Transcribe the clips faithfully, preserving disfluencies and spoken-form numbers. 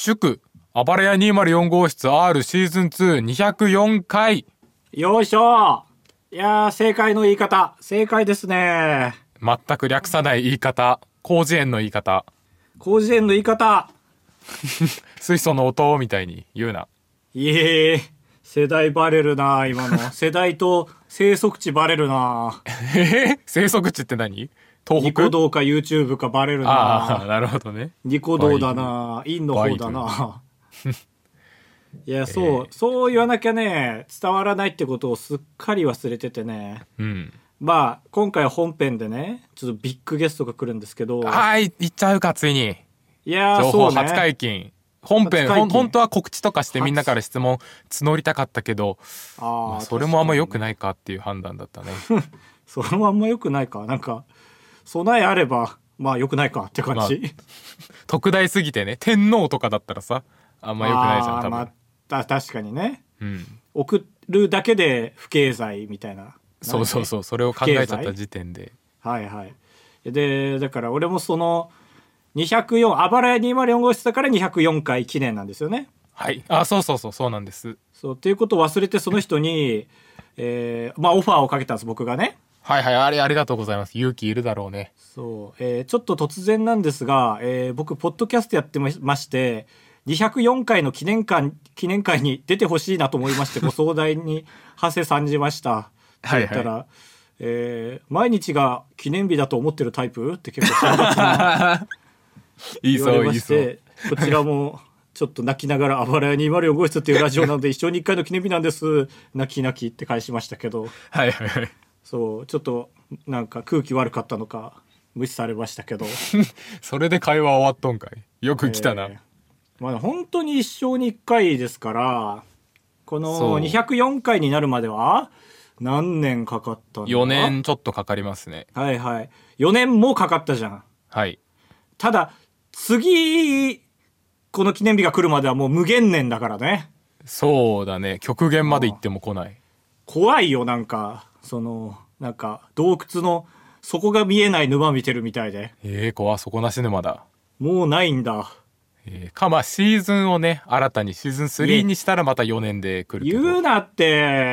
祝あばらやにーまるよん号室 R シーズンツーにひゃくよんかい。 よいしょ。いやー、正解の言い方正解ですね。 全く略さない言い方、広辞苑の言い方、 広辞苑の言い方水素の音みたいに言うな。 いえ世代バレるな今の世代と生息地バレるなえ生息地って何？東北？ ニコ動か YouTube かバレるな。 ああ、なるほどね。 ニコ動だな、陰の方だな。いや、そう、えー、そう言わなきゃね伝わらないってことをすっかり忘れててね。 うん。 まあ今回本編でねちょっとビッグゲストが来るんですけど。 はい、行っちゃうかついに。 いやー、 情報初解禁、ね、本編ほん本当は告知とかしてみんなから質問募りたかったけど、あ、まあ、それもあんま良くないかっていう判断だったね。 それもあんま良くないか。なんか備えあればまあ良くないかって感じ、まあ、 特大すぎてね、天皇とかだったらさあんま良くないじゃん多分。まあ、確かにね、 うん、 送るだけで不経済みたいな。 そうそうそう、それを考えちゃった時点で。 はいはい。でだから俺もそのにひゃくよんあばらやにーまるよん号室だからにひゃくよんかい記念なんですよね。 はい、あ、そうそうそうそうなんです。 そうっていうことを忘れてその人に、えー、まあオファーをかけたんです僕がね。 はいはい、あれありがとうございます。勇気いるだろうね。 そう、えー、ちょっと突然なんですが、えー、僕ポッドキャストやってましてにひゃくよんかいの記念会記念会に出てほしいなと思いましてご相談に馳せ参じました。って言ったら、はいはい、えー、毎日が記念日だと思ってるタイプって結構辛辣ないいそういいそうこちらもちょっと泣きながらあばらやにーまるよん号室っていうラジオなので一生に一回の記念日なんです泣き泣きって返しましたけど、 はいはいはい、 そうちょっとなんか空気悪かったのか無視されましたけどそれで会話終わっとんかい。よく来たな、えーまあ、本当に一生に一回ですからこのにひゃくよんかいになるまでは何年かかったんだ。 よねんちょっとかかりますね。 はいはい、よねんもかかったじゃん。 はい。 ただ次この記念日が来るまではもう無限年だからね。 そうだね、極限まで行っても来ない。 怖いよ。なんかそのなんか洞窟の底が見えない沼見てるみたいで。 えー、怖底なし沼だ。 もうないんだ。 えー、かまあシーズンをね新たにシーズンスリーにしたらまたよねんで来るけど。 言うなって。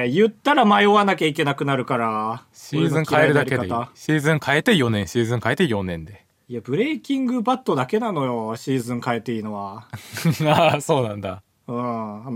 言ったら迷わなきゃいけなくなるから。 シーズン変えるだけでいい。シーズン変えてよねん、シーズン変えてよねんで。 いやブレイキングバットだけなのよシーズン変えていいのは。 ああそうなんだ。 うん、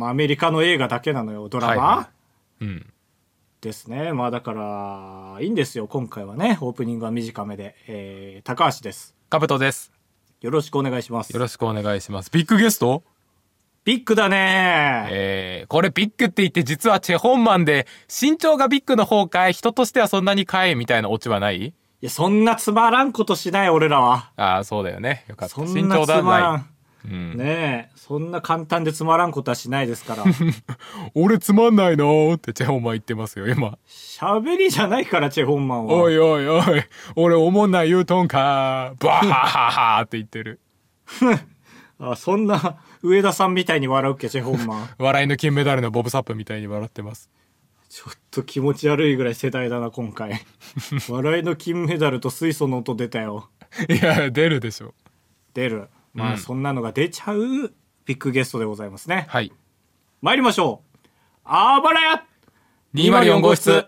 アメリカの映画だけなのよドラマ、はいはい、うんですね。まあだからいいんですよ今回はね。オープニングは短めで、えー、高橋です。 カブトです。 よろしくお願いします。 よろしくお願いします。ビッグゲスト？ ビッグだね。 えー、これビッグって言って実はチェホンマンで身長がビッグの方かい、人としてはそんなにかいみたいなオチはない？いやそんなつまらんことしない俺らは。 ああそうだよね、よかった。 そんなつまらん、 うん、 ねえそんな簡単でつまらんことはしないですから俺つまんないのってチェホンマン言ってますよ今。 喋りじゃないからチェホンマンは。 おいおいおい俺おもんない言うとんかバーハハハって言ってるあ、そんな上田さんみたいに笑うっけチェホンマン笑いの金メダルのボブサップみたいに笑ってます。 ちょっと気持ち悪いぐらい世代だな今回笑いの金メダルと水素の音出たよ。 いや出るでしょ。 出る。まあ、うん、そんなのが出ちゃうビッグゲストでございますね。 はい、 参りましょう。あばらやにーまるよん号室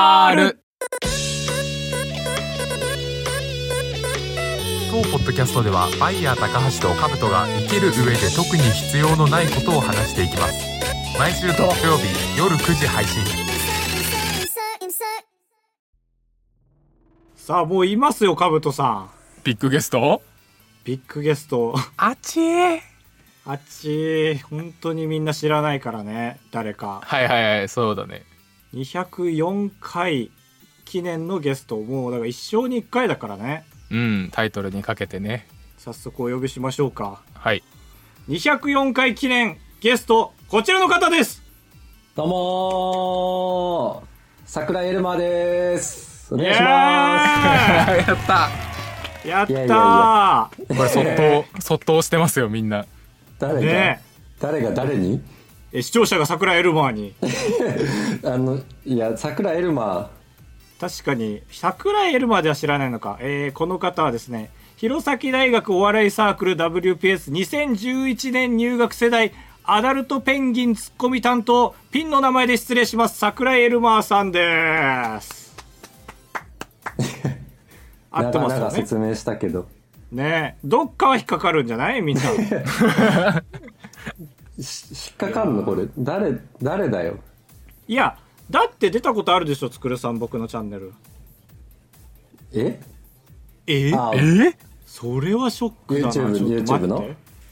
R。 当ポッドキャストではバイヤー高橋とカブトが生きる上で特に必要のないことを話していきます。毎週土曜日夜くじ配信。 さあもういますよカブトさん。 ビッグゲストビッグゲストあっちーあっちー本当にみんな知らないからね誰か。 はいはいはいそうだね。 にひゃくよんかい記念のゲスト、もうだから一生にいっかいだからね。 うん、タイトルにかけてね。 早速お呼びしましょうか。 はい、 にひゃくよんかい記念ゲストこちらの方です。 どうもー桜エルマです。お願いしますやったやったー。いやいやいやこれそっとそっと押してますよみんな。 誰が、ね、誰が誰にえ視聴者が桜エルマーにあのいや桜エルマー確かに桜エルマーでは知らないのか、えー、この方はですね弘前大学お笑いサークル ダブリューピーエスにせんじゅういちねん入学世代アダルトペンギンツッコミ担当、ピンの名前で失礼します、桜井エルマーさんです合ってますよね。 長々説明したけどねえ、どっかは引っかかるんじゃないみんな引っかかるのこれ誰誰だよ。 いやだって出たことあるでしょ、つくるさん、僕のチャンネル。 ええあえそれはショックだな。 YouTube, ちょっと待って YouTube の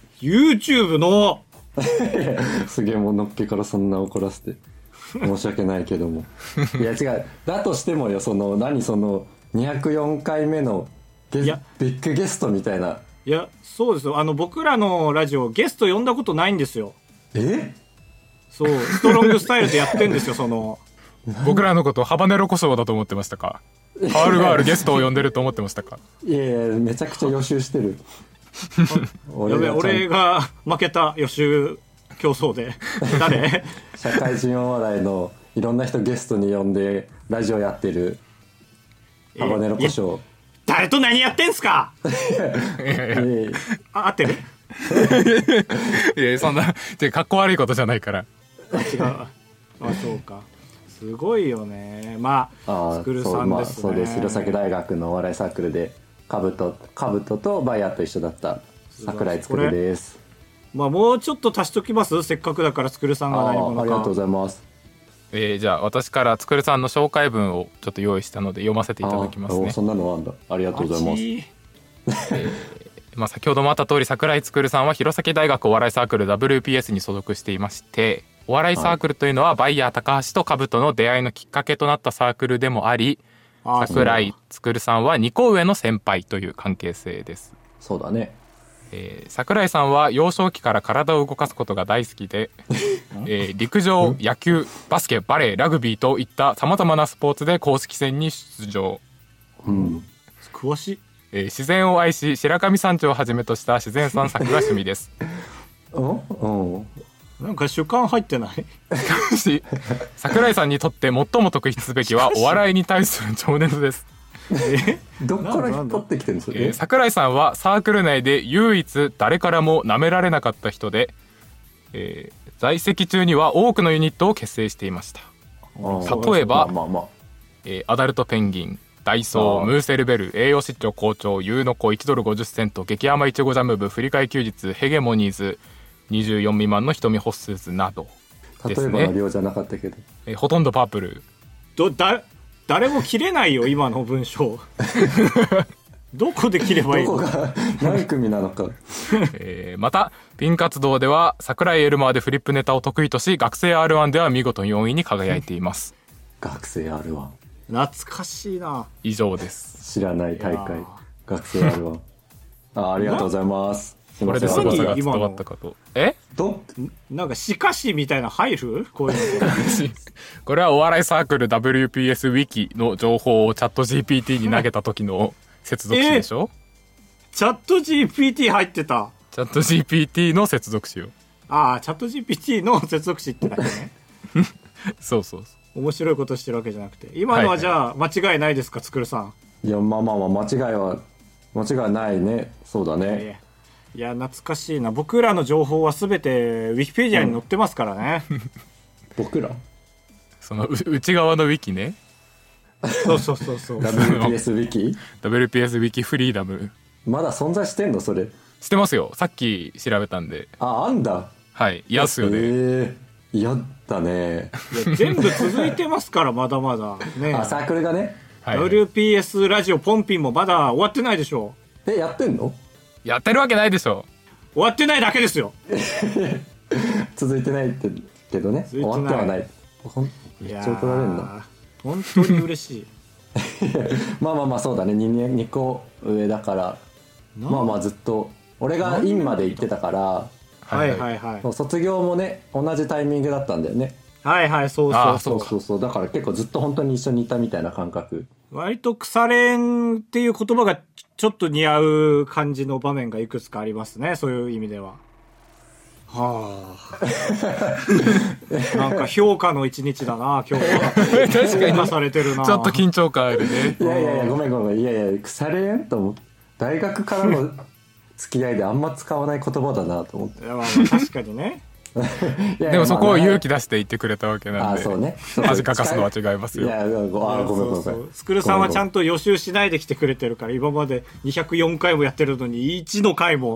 YouTube のすげえ、もうのっけからそんな怒らせて申し訳ないけどもいや違う、だとしてもよ、その何そのにひゃくよんかいめのゲいやビッグゲストみたいな。 いやそうですよ、あの僕らのラジオゲスト呼んだことないんですよ。 えそうストロングスタイルでやってんですよ。その僕らのことハバネロ故障だと思ってましたか？アールがあるゲストを呼んでると思ってましたか？ いやいや、めちゃくちゃ予習してるやべえ、 がちゃん俺が負けた予習競争で誰社会人お笑いのいろんな人ゲストに呼んでラジオやってるハバネロ故障。 誰と何やってんすかええあ合ってるいや、そんなかっこ悪いことじゃないから。 違うあそうか、すごいよね。まああつくるそう、まあ、 さんですね。 そうです。弘前大学のお笑いサークルでカブトカブトとバイヤーと一緒だった桜井つくるです。 まあもうちょっと足しときます、せっかくだからつくるさんが何者か。 あありがとうございます。 えー、じゃあ私からつくるさんの紹介文をちょっと用意したので読ませていただきますね。 あそんなのあんだ。ありがとうございます。 えーまあ、先ほどもあった通り、桜井つくるさんは弘前大学お笑いサークル ダブリューピーエス に所属していまして、お笑いサークルというのはバイヤー高橋と兜の出会いのきっかけとなったサークルでもあり、 あ桜井つくるさんはにこ上の先輩という関係性です。 そうだね。 えー、桜井さんは幼少期から体を動かすことが大好きで、えー、陸上、野球、バスケ、バレー、ラグビーといったさまざまなスポーツで公式戦に出場、 うん詳しい。 えー、自然を愛し白神山地をはじめとした自然散策が趣味です。 うんうんなんか主観入ってないしかし桜井さんにとって最も特筆すべきはお笑いに対する情熱です。 えどっから引っ張ってきてるんですか。 えー、桜井さんはサークル内で唯一誰からも舐められなかった人で、えー、在籍中には多くのユニットを結成していました。例えば、 まあまあまあえー、アダルトペンギン、ダイソー、ムーセルベル、栄養失調校長、ユーノコ、いちドルごじゅっセント、激甘いちごジャム部、振り替え休日、ヘゲモニーズ、にじゅうよん未満の瞳ホッスーズなどですね。 例えばの量じゃなかったけど、 えー、ほとんどパープル。 どだ誰も切れないよ今の文章どこで切ればいいの。 どこが何組なのかえー、またピン活動では桜井エルマーでフリップネタを得意とし、学生 アールワン では見事よんいに輝いています。 学生 アールワン懐かしいな。 以上です。 知らない大会いやー学生 アールワン あありがとうございます。すいこれません。 何で凄さが伝わったかと。えどなんかしかしみたいな入るこういうのこれはお笑いサークル ダブリューピーエス ウィキの情報をチャット ジーピーティー に投げた時の接続詞でしょ、 チャット ジーピーティー 入ってた。 チャット ジーピーティー の接続詞よ。 ああチャット ジーピーティー の接続詞ってだけねそうそうそう。 面白いことしてるわけじゃなくて、今のはじゃあ間違いないですか、つくるさん。 いやまあまあまあ間違いは間違いないね。そうだね。 いや懐かしいな。僕らの情報は全てウィキペディアに載ってますからね、 僕らそのう内側のウィキね。 そうそうそうそうダブリューピーエス ウィキダブリューピーエス ウィキフリーダムまだ存在してんのそれ。 してますよ。さっき調べたんで。 ああんだ。 はい嫌っすよね。 ええー、嫌だね。 いや全部続いてますからまだまだね。 あサークルがね。 はい、 ダブリューピーエス ラジオポンピンもまだ終わってないでしょ。 えやってんの。 やってるわけないでしょ。 終わってないだけですよ。 続いてないってけどね。終続いてないわってはない。ほんめっちゃ怒られるの。 本当に嬉しいまあまあまあそうだね。 にこ上だからまあまあずっと俺が院まで行ってたから、 はいはいはい卒業もね同じタイミングだったんだよね。 はいはいそうそうそそううそうそう。だから結構ずっと本当に一緒にいたみたいな感覚。 割と腐れんっていう言葉がちょっと似合う感じの場面がいくつかありますね、そういう意味では。はあなんか評価の一日だな今日は。 確かに評価されてるな。 ちょっと緊張感あるね。 いやいやいやごめんごめん。いやいや腐れんと思った大学からの付き合いであんま使わない言葉だなと思って。 いやまあまあ確かにねいやでもそこを勇気出して言ってくれたわけなんで、 あそうね、 恥かかすのは違いますよ。 いやごあごめんごめんごめん。 そうそうスクルさんはちゃんと予習しないで来てくれてるから、今までにひゃくよんかいもやってるのにいちの回も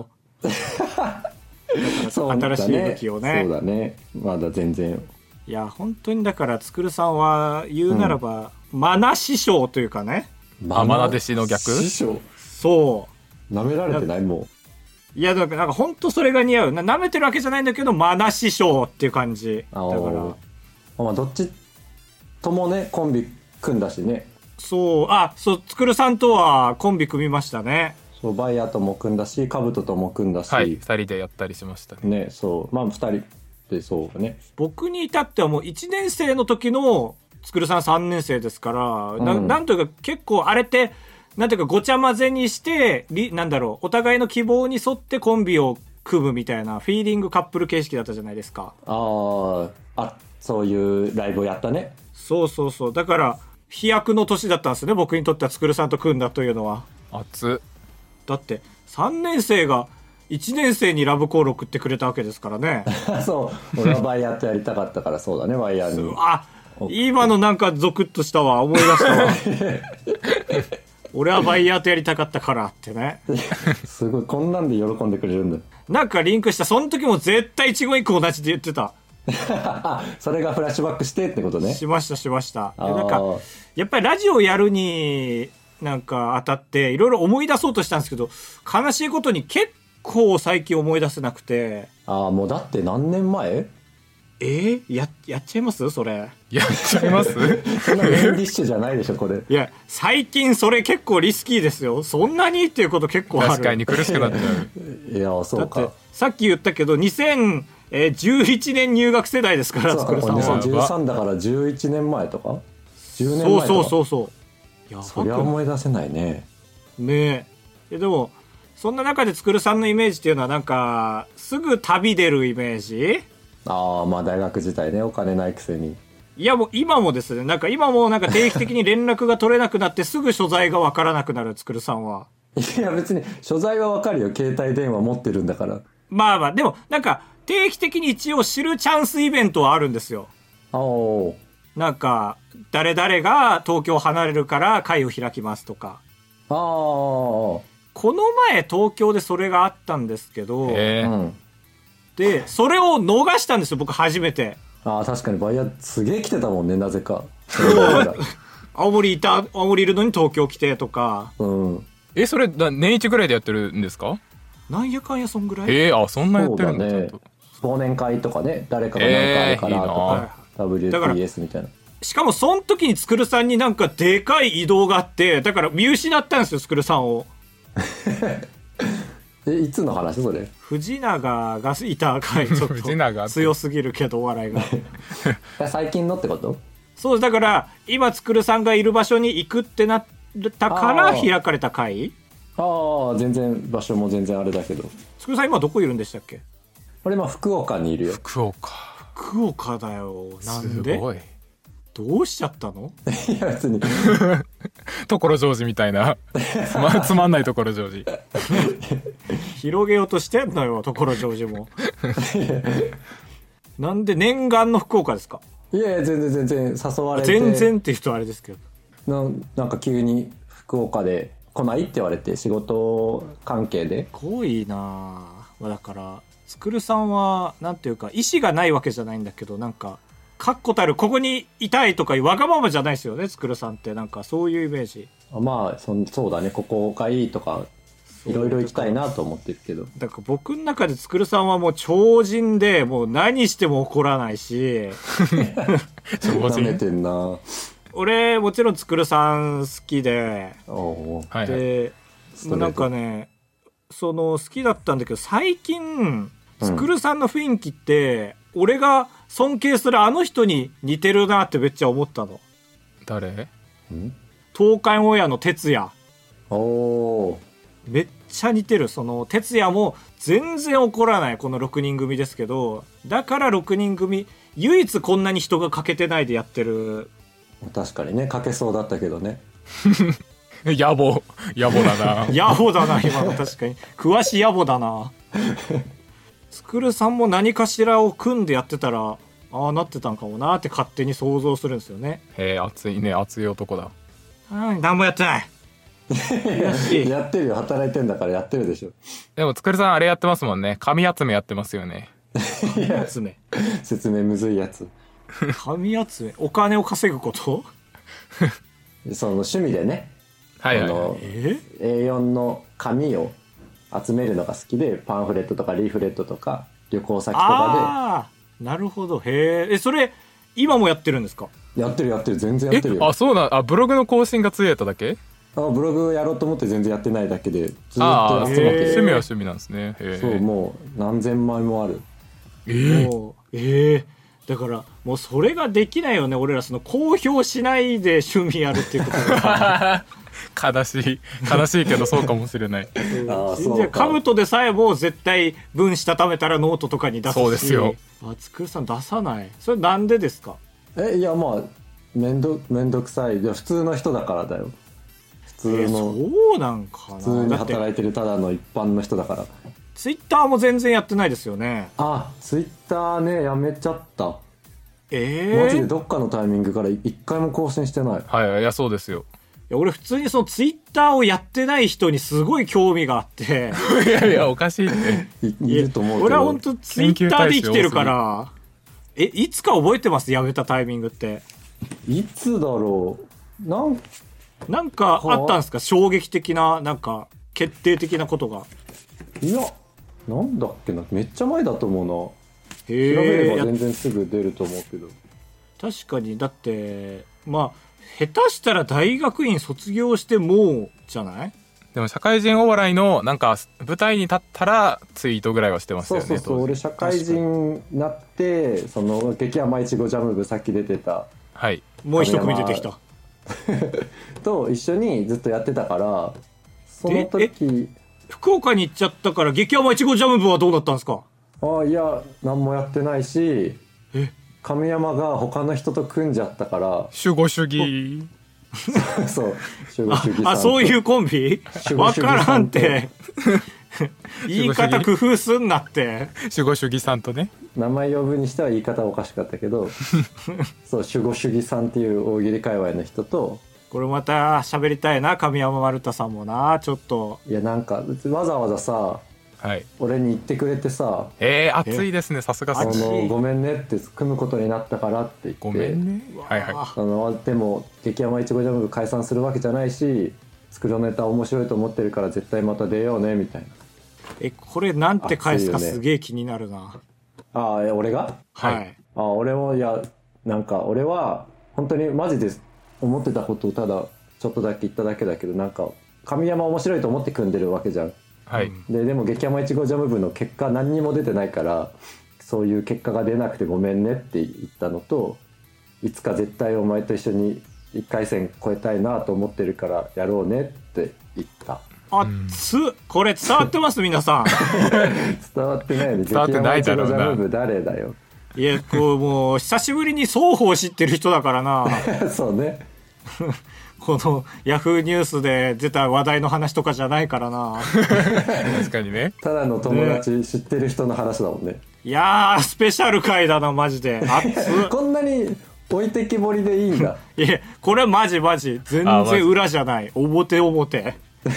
新しい武器をね。 そうだね、まだ全然。 いや本当にだからつくるさんは言うならば、うん、マナ師匠というかね。 マナ弟子の逆。 師匠。 そう舐められてないもう。 いやだからなんか本当それが似合うな。舐めてるわけじゃないんだけどマナ師匠っていう感じだから。 まあどっちともねコンビ組んだしね。 そうあそうつくるさんとはコンビ組みましたね。 そうバイヤーとも組んだしカブトとも組んだし、 はいふたりでやったりしましたね。 ねそうまあふたりでそうね。 僕に至ってはもういちねん生の時のつくるさんさんねん生ですから、うん、な, なんというか結構あれってなんていうかごちゃ混ぜにしてなんだろうお互いの希望に沿ってコンビを組むみたいなフィーリングカップル形式だったじゃないですか。 ああそういうライブをやったね。 そうそうそうだから飛躍の年だったんですね僕にとってはつくるさんと組んだというのは。 熱っ。 だってさんねん生がいちねん生にラブコール送ってくれたわけですからねそう俺はバイヤーとやりたかったからそうだねバイヤーに。 あ今のなんかゾクッとしたわ思い出したわ俺はバイヤーとやりたかったからってねすごいこんなんで喜んでくれるんだ。 なんかリンクしたその時も絶対一言一句同じで言ってたそれがフラッシュバックしてってことね。 しましたしました。なんかやっぱりラジオやるになんか当たっていろいろ思い出そうとしたんですけど悲しいことに結構最近思い出せなくて。 ああもうだって何年前えー、や, やっちゃいますそれ。 やっちゃいますそんなメインディッシュじゃないでしょこれ。 いや最近それ結構リスキーですよ。そんなにっていうこと結構ある。 確かに苦しくなっちゃういやそうか。 だってさっき言ったけどにせんじゅういちねん入学世代ですからつくるさんは。 にせんじゅうさんだからじゅういちねんまえとかじゅうねんまえとか。 そうそうそうそうやそりゃ思い出せないね。 ねえでもそんな中でつくるさんのイメージっていうのはなんかすぐ旅出るイメージ。 ああまあ大学時代ねお金ないくせに。 いやもう今もですねなんか今もなんか定期的に連絡が取れなくなってすぐ所在がわからなくなるつくるさんは。 いや別に所在はわかるよ携帯電話持ってるんだから。 まあまあでもなんか定期的に一応知るチャンスイベントはあるんですよ。 あおなんか誰々が東京離れるから会を開きますとか。 ああこの前東京でそれがあったんですけど、 えーうんでそれを逃したんですよ僕初めて。 ああ確かにバイヤーすげえ来てたもんねなぜか青森いた青森いるのに東京来てとか。 うんえそれ年一ぐらいでやってるんですか。 なんやかんやそんぐらい。 えー、あそんなやってるんだ。 そうだねちゃんと忘年会とかね誰かが何かあるからとか、 えー、 ダブリューティーエス みたいな。 しかもその時につくるさんになんかでかい移動があってだから見失ったんですよつくるさんをえいつの話それ。 藤永がいた回ちょっと強すぎるけどお笑いが最近のってこと。 そうだから今つくるさんがいる場所に行くってなったから開かれた回。 ああ全然場所も全然あれだけど。 つくるさん今どこいるんでしたっけ。 俺今福岡にいるよ。 福岡福岡だよ。なんですごいどうしちゃったのいや別に所ジョージみたいなつ ま, つまんない所ジョージ広げようとしてんのよ所ジョージもなんで念願の福岡ですか。 いやいや全然全然誘われて全然っていう人はあれですけどな, なんか急に福岡で来ないって言われて仕事関係で。 濃いなあ。だからつくるさんはなんていうか意思がないわけじゃないんだけどなんか確固たるここにいたいとかいうわがままじゃないですよねつくるさんって。なんかそういうイメージ。 まあ そ, そうだねここがいいとかいろいろ行きたいなと思ってるけど。 だから僕の中でつくるさんはもう超人でもう何しても怒らないしなめてんな。 俺もちろんつくるさん好きでおはい、 でなんかねその好きだったんだけど最近つくるさんの雰囲気って、うん、俺が尊敬するあの人に似てるなってめっちゃ思ったの。 誰？ ん東海オンエアの哲也。 おーめっちゃ似てる。その哲也も全然怒らないこのろくにん組ですけどだからろくにん組唯一こんなに人が欠けてないでやってる。 確かにね欠けそうだったけどね野暮野暮だな野暮だな今の。確かに詳しい野暮だな。つくるさんも何かしらを組んでやってたらああなってたんかもなって勝手に想像するんですよね。 へえ、熱いね、熱い男だ。 うん何もやってないやってるよ、働いてんだからやってるでしょ。 でもつくるさんあれやってますもんね、紙集めやってますよね。 紙集め説明むずいやつ。 紙集めお金を稼ぐこと。 その趣味でね、 はいはい、 あのえエーよん の紙を集めるのが好きで、パンフレットとかリーフレットとか旅行先とかああなるほど。へえ、それ今もやってるんですか？ でやってるやってる、全然やってるよ。 あ、そうなん、あ、ブログの更新がついただけ？ あブログやろうと思って全然やってないだけで、ずっとああ、 やってる。 趣味は趣味なんですね。へそう、もう何千枚もある。 えー、 もうええだからもうそれができないよね。俺らその公表しないで趣味やるっていうことが悲しい悲しいけどそうかもしれない。 あじゃあカブトでさえも絶対文したためたらノートとかに出すし。 そうですよ。 あつくるさん出さない。それなんでですか？ えいやまあめんどめんどくさい。いや普通の人だからだよ。普通の、 えそうなんかな。 普通に働いてるただの一般の人だから。 ツイッターも全然やってないですよね。 あツイッターねやめちゃった。 ええー、 マジでどっかのタイミングから一回も更新してない。 はい、いやそうですよ。 いや俺普通にそのツイッターをやってない人にすごい興味があっていやいやおかしいってい, いると思うけど。 俺は本当ツイッターで生きてるから。えいつか覚えてます？やめたタイミングっていつだろう。なんなんかあったんですか？衝撃的ななんか決定的なことが。 いやなんだっけな、めっちゃ前だと思うな。 へ調べれえば全然すぐ出ると思うけど。 確かに。だってまあ下手したら大学院卒業してもうじゃない？ でも社会人お笑いのなんか舞台に立ったらツイートぐらいはしてますよね。 そうそうそう、俺社会人になってその激甘いちごジャム部さっき出てた、 はい、 もう一組出てきたと一緒にずっとやってたから、その時福岡に行っちゃったから激甘いちごジャム部はどうだったんですか？ あいや何もやってないし、 え亀山が他の人と組んじゃったから守護主義そう守護主義さんとあそういうコンビわからんって言い方工夫すんなって。 守護主義さんとね、 名前呼ぶにしては言い方おかしかったけどそう守護主義さんっていう大喜利界隈の人と。 これまた喋りたいな神山丸太さんもな。ちょっといやなんかわざわざさ、はい、俺に言ってくれてさ、 えー、熱いですね。さすがそのごめんねって組むことになったからって言って、 ごめんね、はいはい、 あのでも激甘いちごジャム部解散するわけじゃないし、作るネタ面白いと思ってるから絶対また出ようねみたいな。 えこれなんて返すかすげえ気になるな。 ああ俺がはい、 あ俺もいやなんか俺は本当にマジで思ってたことをただちょっとだけ言っただけだけど、なんか神山面白いと思って組んでるわけじゃん。 はい、 ででも激甘いちごジャム部の結果何にも出てないから、そういう結果が出なくてごめんねって言ったのと、いつか絶対お前と一緒にいっかい戦超えたいなと思ってるからやろうねって言った。 あっつ、これ伝わってます皆さん伝わってないね。 伝わってないだろうな。 激甘いちごジャム部誰だよ。 いやこうもう久しぶりに双方知ってる人だからなそうねこのヤフーニュースで出た話題の話とかじゃないからな確かにね。 ただの友達知ってる人の話だもんね。 いやースペシャル回だなマジで。あっつこんなに置いてきぼりでいいんだいやこれマジマジ全然裏じゃない、表表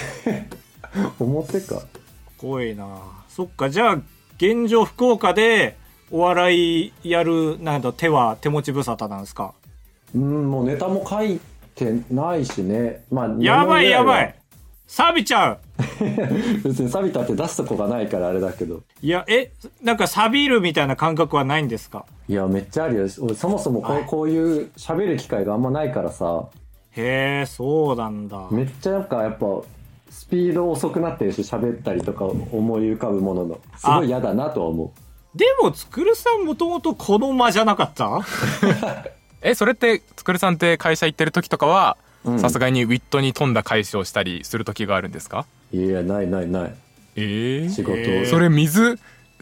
表か。 怖いな。そっか、じゃあ現状福岡でお笑いやるなんだ手は手持ち無沙汰なんですか？ うんもうネタも書いてないしね。まあやばいやばい錆びちゃう別に錆びたって出すとこがないからあれだけど。 いやえなんか錆びるみたいな感覚はないんですか？ いやめっちゃあるよ。俺そもそもこう、こういう喋る機会があんまないからさ。 へえそうなんだ。 めっちゃなんかやっぱスピード遅くなってるし、喋ったりとか思い浮かぶもののすごい嫌だなとは思う。 でもつくるさんもともとこの間じゃなかったえそれってつくるさんって会社行ってる時とかはさすがにウィットに富んだ返しをしたりする時があるんですか？ いやないないない。 えー、 仕事、 えー、それ水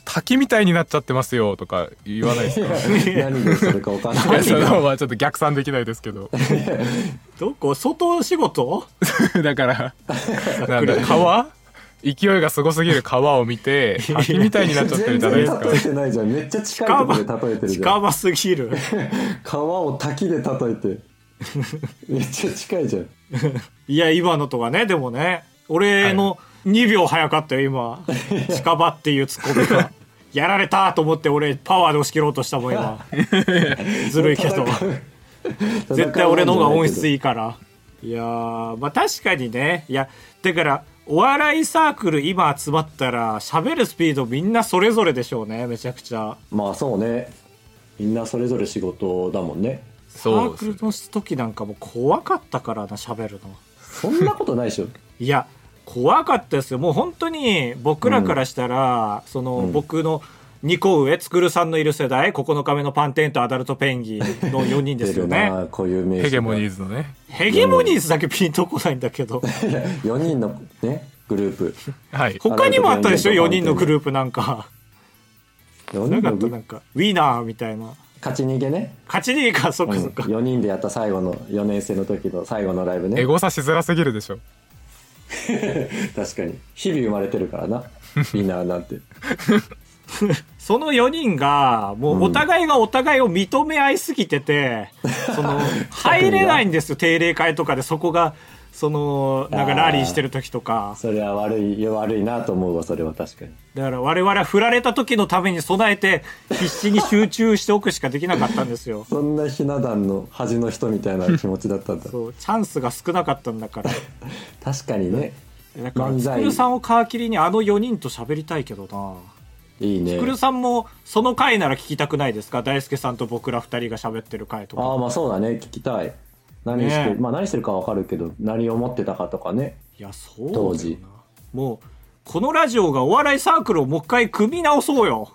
滝みたいになっちゃってますよとか言わないですか？ 何でそれか分かんないいやそのまあちょっと逆算できないですけどどこ外仕事だからなんだ川勢いがすごすぎる川を見て滝みたいになっちゃってるじゃないですか。 全然例えてないじゃん。めっちゃ近いところで例えてるじゃん。 近場すぎる川を滝で例えてめっちゃ近いじゃん。 いや今のとかね。でもね俺のにびょう早かったよ今。近場っていうツッコミがやられたと思って俺パワーで押し切ろうとしたもん今。ずるいけど絶対俺の方が音質いいから。いやーまあ確かにね。いやだからお笑いサークル今集まったら喋るスピードみんなそれぞれでしょうね。めちゃくちゃ。 まあそうね。みんなそれぞれ仕事だもんね。 サークルの時なんかもう怖かったからな喋るの。 そんなことないでしょ。 いや怖かったですよ。もう本当に僕らからしたら、うん、その、うん、僕のにこ上つくるさんのいる世代ここのかめのパンテンとアダルトペンギンのよにんですよね。 こういう名ヘゲモニーズのね。 ヘゲモニーズだけピンとこないんだけどよにんのねグループ、 はい、 他にもあったでしょよにんのグループなんか。 よにんのなかったなんかウィナーみたいな。 勝ち逃げね。 勝ち逃げか。そっかそっか、 うん、よにんでやった最後のよねん生の時の最後のライブね。 エゴサしづらすぎるでしょ確かに日々生まれてるからなみんななんてそのよにんがもうお互いがお互いを認め合いすぎてて、うん、その入れないんですよ定例会とかで。そこがそのなんかラリーしてる時とか。 それは悪い悪いなと思うわ。それは確かに。 だから我々は振られた時のために備えて必死に集中しておくしかできなかったんですよそんなひな壇の端の人みたいな気持ちだったんだそうチャンスが少なかったんだから確かにね。 だからつくるさんを皮切りにあのよにんと喋りたいけどな。 いいね。 つくるさんもその回なら聞きたくないですか？大輔さんと僕らふたりが喋ってる回とか。 ああまあそうだね聞きたい。何してる、ね、まあ何してるか分かるけど何を思ってたかとかね。 いやそうだよな。 当時もうこのラジオがお笑いサークルをもう一回組み直そうよ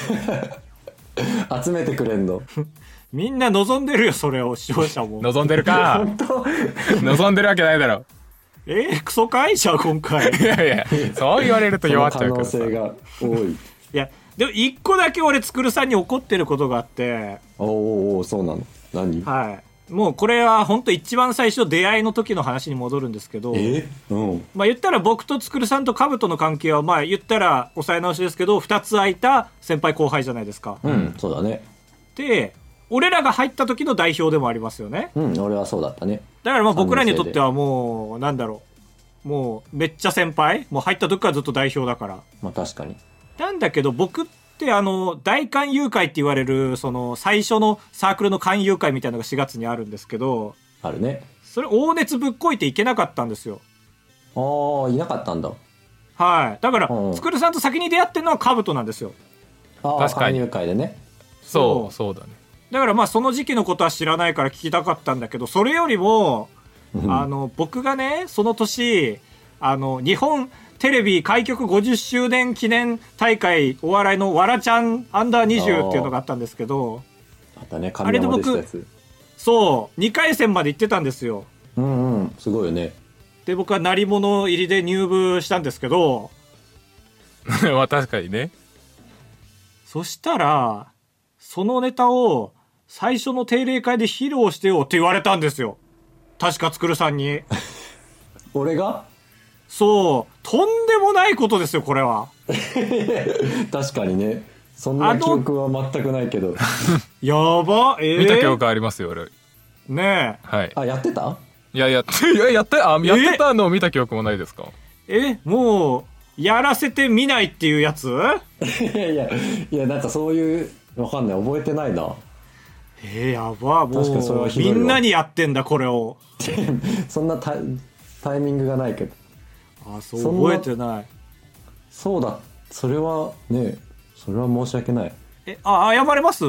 集めてくれんのみんな望んでるよそれを。視聴者も望んでるか本当望んでるわけないだろ。 えー、クソかいじゃあ今回いやいやそう言われると弱っちゃうけどさ。 その可能性が多い。 いやでも一個だけ俺つくるさんに怒ってることがあって。 おおそうなの。何？ はいもうこれは本当一番最初出会いの時の話に戻るんですけど、 えーうん、 まあ言ったら僕とつくるさんとカブトの関係はまあ言ったら抑え直しですけどふたつ空いた先輩後輩じゃないですか。 うんそうだね。 で俺らが入った時の代表でもありますよね。 うん俺はそうだったね。 だからまあ僕らにとってはもうなんだろうもうめっちゃ先輩もう入った時からずっと代表だから。 まあ確かに。 なんだけど僕ってあの大勧誘会って言われるその最初のサークルの勧誘会みたいなのがしがつにあるんですけど。 あるね。 それ大熱ぶっこいていけなかったんですよ。 ああいなかったんだ。 はいだから、 うん、 つくるさんと先に出会ってるのはカブトなんですよ。 ああ勧誘会でね。 そうそうだね。 だからまあその時期のことは知らないから聞きたかったんだけど、それよりも、うん、あの僕がねその年あの日本テレビ開局ごじゅっしゅうねん記念大会お笑いのわらちゃんアンダーにじゅうっていうのがあったんですけど、 あったね神山でしたやつ。 そうにかい戦まで行ってたんですよ。 うんうんすごいよね。 で僕は鳴り物入りで入部したんですけどまあ確かにね。 そしたらそのネタを最初の定例会で披露してよって言われたんですよ。確かつくるさんに俺がそうとんでもないことですよこれは確かにねそんな記憶は全くないけどやば、えー、 見た記憶ありますよ俺ねえ。 はいあやってたいややっていややってあやってたのを見た記憶もないですか。 えもうやらせてみないっていうやついやいやいやなんかそういうわかんない覚えてないな。 えー、やばも確かにそれはひどいわ。 みんなにやってんだこれをそんなタイ、タイミングがないけど。 あそう覚えてない。 そうだそれはねそれは申し訳ない。 えあ謝れます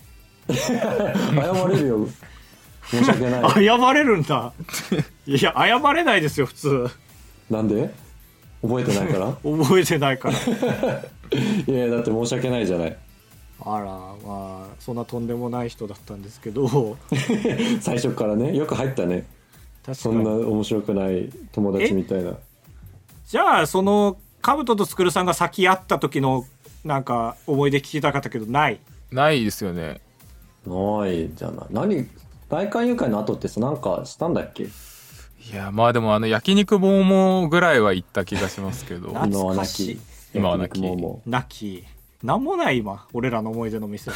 謝れるよ申し訳ない謝れるんだいや謝れないですよ普通。 なんで覚えてないから覚えてないからいやだって申し訳ないじゃない。 あらまあそんなとんでもない人だったんですけど最初からねよく入ったね。 確かにそんな面白くない友達みたいな。 じゃあそのカブトとつくるさんが先会った時のなんか思い出聞きたかったけどないないですよね。 ないじゃない。何大観遊会の後ってさ、なんかしたんだっけ？ いやまあでもあの焼肉モーモぐらいは行った気がしますけどな今はな懐かしいき今はなき焼肉もなきなんもない今俺らの思い出の店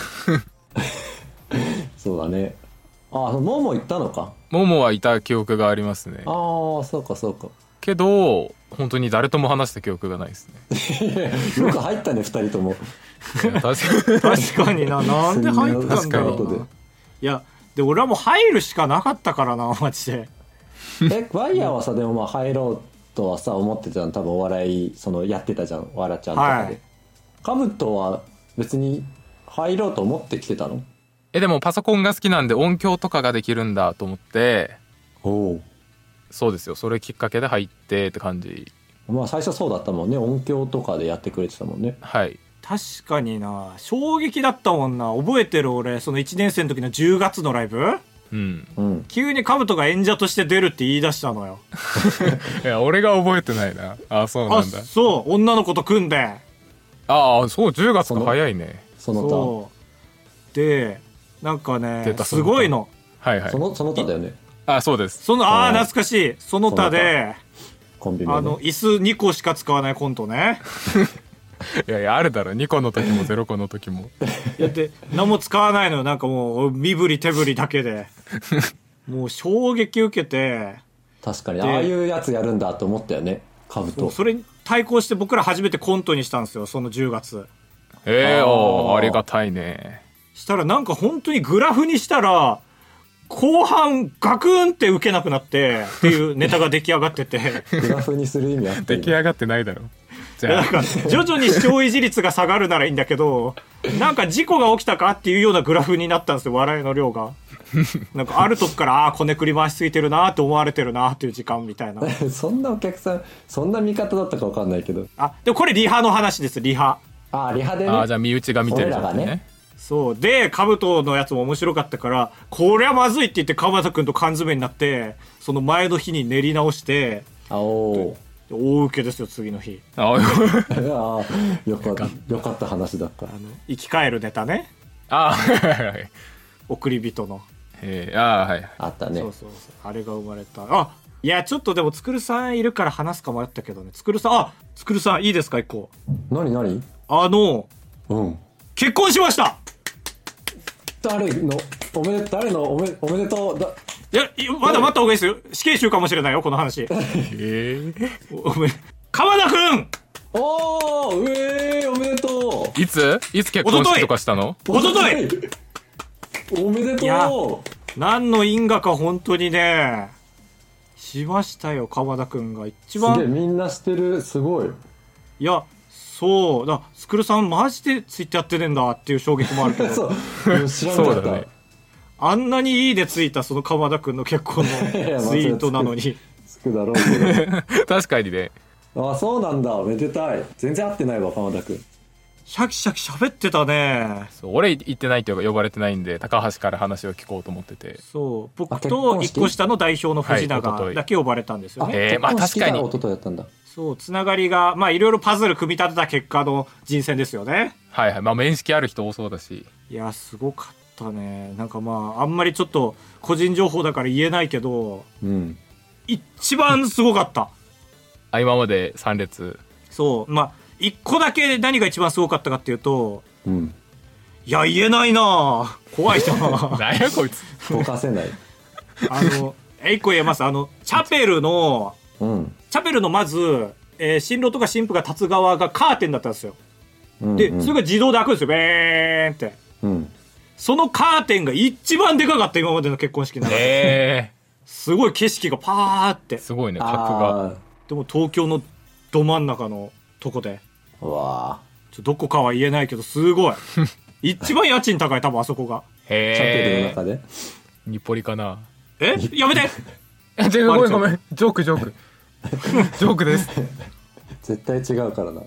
そうだね。ああ、モーモー行ったのか。 モモはいた記憶がありますね。 ああ、そうかそうか。 けど本当に誰とも話した記憶がないですね。 よく入ったね、二人とも。 いや確かに確かにななんで入ったんだろ確かにうないやで俺はもう入るしかなかったからなマジでえ、ワイヤーはさ、でもまあ入ろうとはさ思ってたじゃん。多分お笑いそのやってたじゃん、わらちゃんとかで。 はいカブトは別に入ろうと思ってきてたの？ えでもパソコンが好きなんで音響とかができるんだと思って、 おお。 そうですよ、それきっかけで入ってって感じ。 まあ最初そうだったもんね。音響とかでやってくれてたもんね。 はい確かにな衝撃だったもんな。覚えてる俺そのいちねん生の時のじゅうがつのライブうんうん。 急にカブトが演者として出るって言い出したのよいや俺が覚えてないな。あそうなあんだ。 そう女の子と組んでああそうじゅうがつか早いね。 そのそうでなんかね出たすごいのはいはい他そのその他だよね。 あそうです。 そのあああー懐かしいその他でコンビ名ね。 あの椅子にこしか使わないコントねいやいやあるだろ、にこの時もゼロこの時も。 やって何も使わないのよ。なんかもう身振り手振りだけでもう衝撃受けて確かにでああいうやつやるんだと思ったよね、カブト。 そうそれに対抗して僕ら初めてコントにしたんですよそのじゅうがつ。 ええー、 あーおーありがたいね。 したらなんか本当にグラフにしたら後半ガクンって受けなくなってっていうネタが出来上がっててグラフにする意味あって出来上がってないだろ。じゃあいやなんか徐々に視聴維持率が下がるならいいんだけどなんか事故が起きたかっていうようなグラフになったんですよ笑いの量が。なんかある時からああこねくり回しついてるなって思われてるなっていう時間みたいな。 そんなお客さん、そんな見方だったか分かんないけど。 あでもこれリハの話ですリハ。 ああ、リハでね。 あーじゃあ身内が見てるじゃんね。 俺らがねそうでカブトのやつも面白かったからこりゃまずいって言って川端君と缶詰になってその前の日に練り直してあお大受けですよ次の日。 あーあーよかったよかった話だった。 あの生き返るネタねあはいはい送り人の、 えー、あーはいあったね。 そうそうそうあれが生まれた。あいやちょっとでもつくるさんいるから話すか迷ったけどね。つくるさんあつくるさんいいですか一個。 何何？ あのうん。 結婚しました。 誰のおめで誰のおめおめでとうだ。 いやいまだ待った方がいいですよ。死刑囚かもしれないよこの話。 えー、 おおめ川田君おお、うえー、おめでといついつ結婚式とかしたの？ う。 おとといおめでいやと何の因果か本当にねしましたよ川田君が一う。すげえ番。 みんな知ってる、すごい。 いやそうだスクルさんマジでツイッターやってねえんだっていう衝撃もあるけそどう、知らなかった。 そうだね。 あんなにいいねついたその川田君の結婚のツイートなのにつくだろうけ確かにね。 ど。あ、そうなんだ。めでたい。全然会ってないわ、鎌田くん。 シャキシャキ喋ってたね。 そう俺行ってないっていうか呼ばれてないんで高橋から話を聞こうと思ってて。 そう僕あ結と婚式一個下の代表の藤はい一昨永日だけ呼ばれたんですよね。 えーまあ結婚式が確かに一昨日やったんだ。 そうつながりがまあいろいろパズル組み立てた結果の人選ですよね。 はいはいまあ面識ある人多そうだし。 いやすごかったね。なんかまああんまりちょっと個人情報だから言えないけどうん。 一番すごかったあ今までさん列。 そうまあ一個だけ何が一番すごかったかっていうとうん。 いや言えないな怖いな何やこいつ。 ぼかせない。 あの一個言えます。あのチャペルのうん。 チャペルのまず、えー新郎とか新婦が立つ側がカーテンだったんですよ。 うん。 で、 うんそれが自動で開くんですよ。ベーンってうん。 そのカーテンが一番でかかった今までの結婚式の中で、 えすごい景色がパーってー、すごいね格が。 あでも東京のど真ん中のとこでーうわちょどこかは言えないけどすごい一番家賃高い多分あそこが。 ーチャペルのへ中で。 え。日暮里かな。 えやめてえ違うごめんごめんジョークジョークジョークです。 絶対違うからな。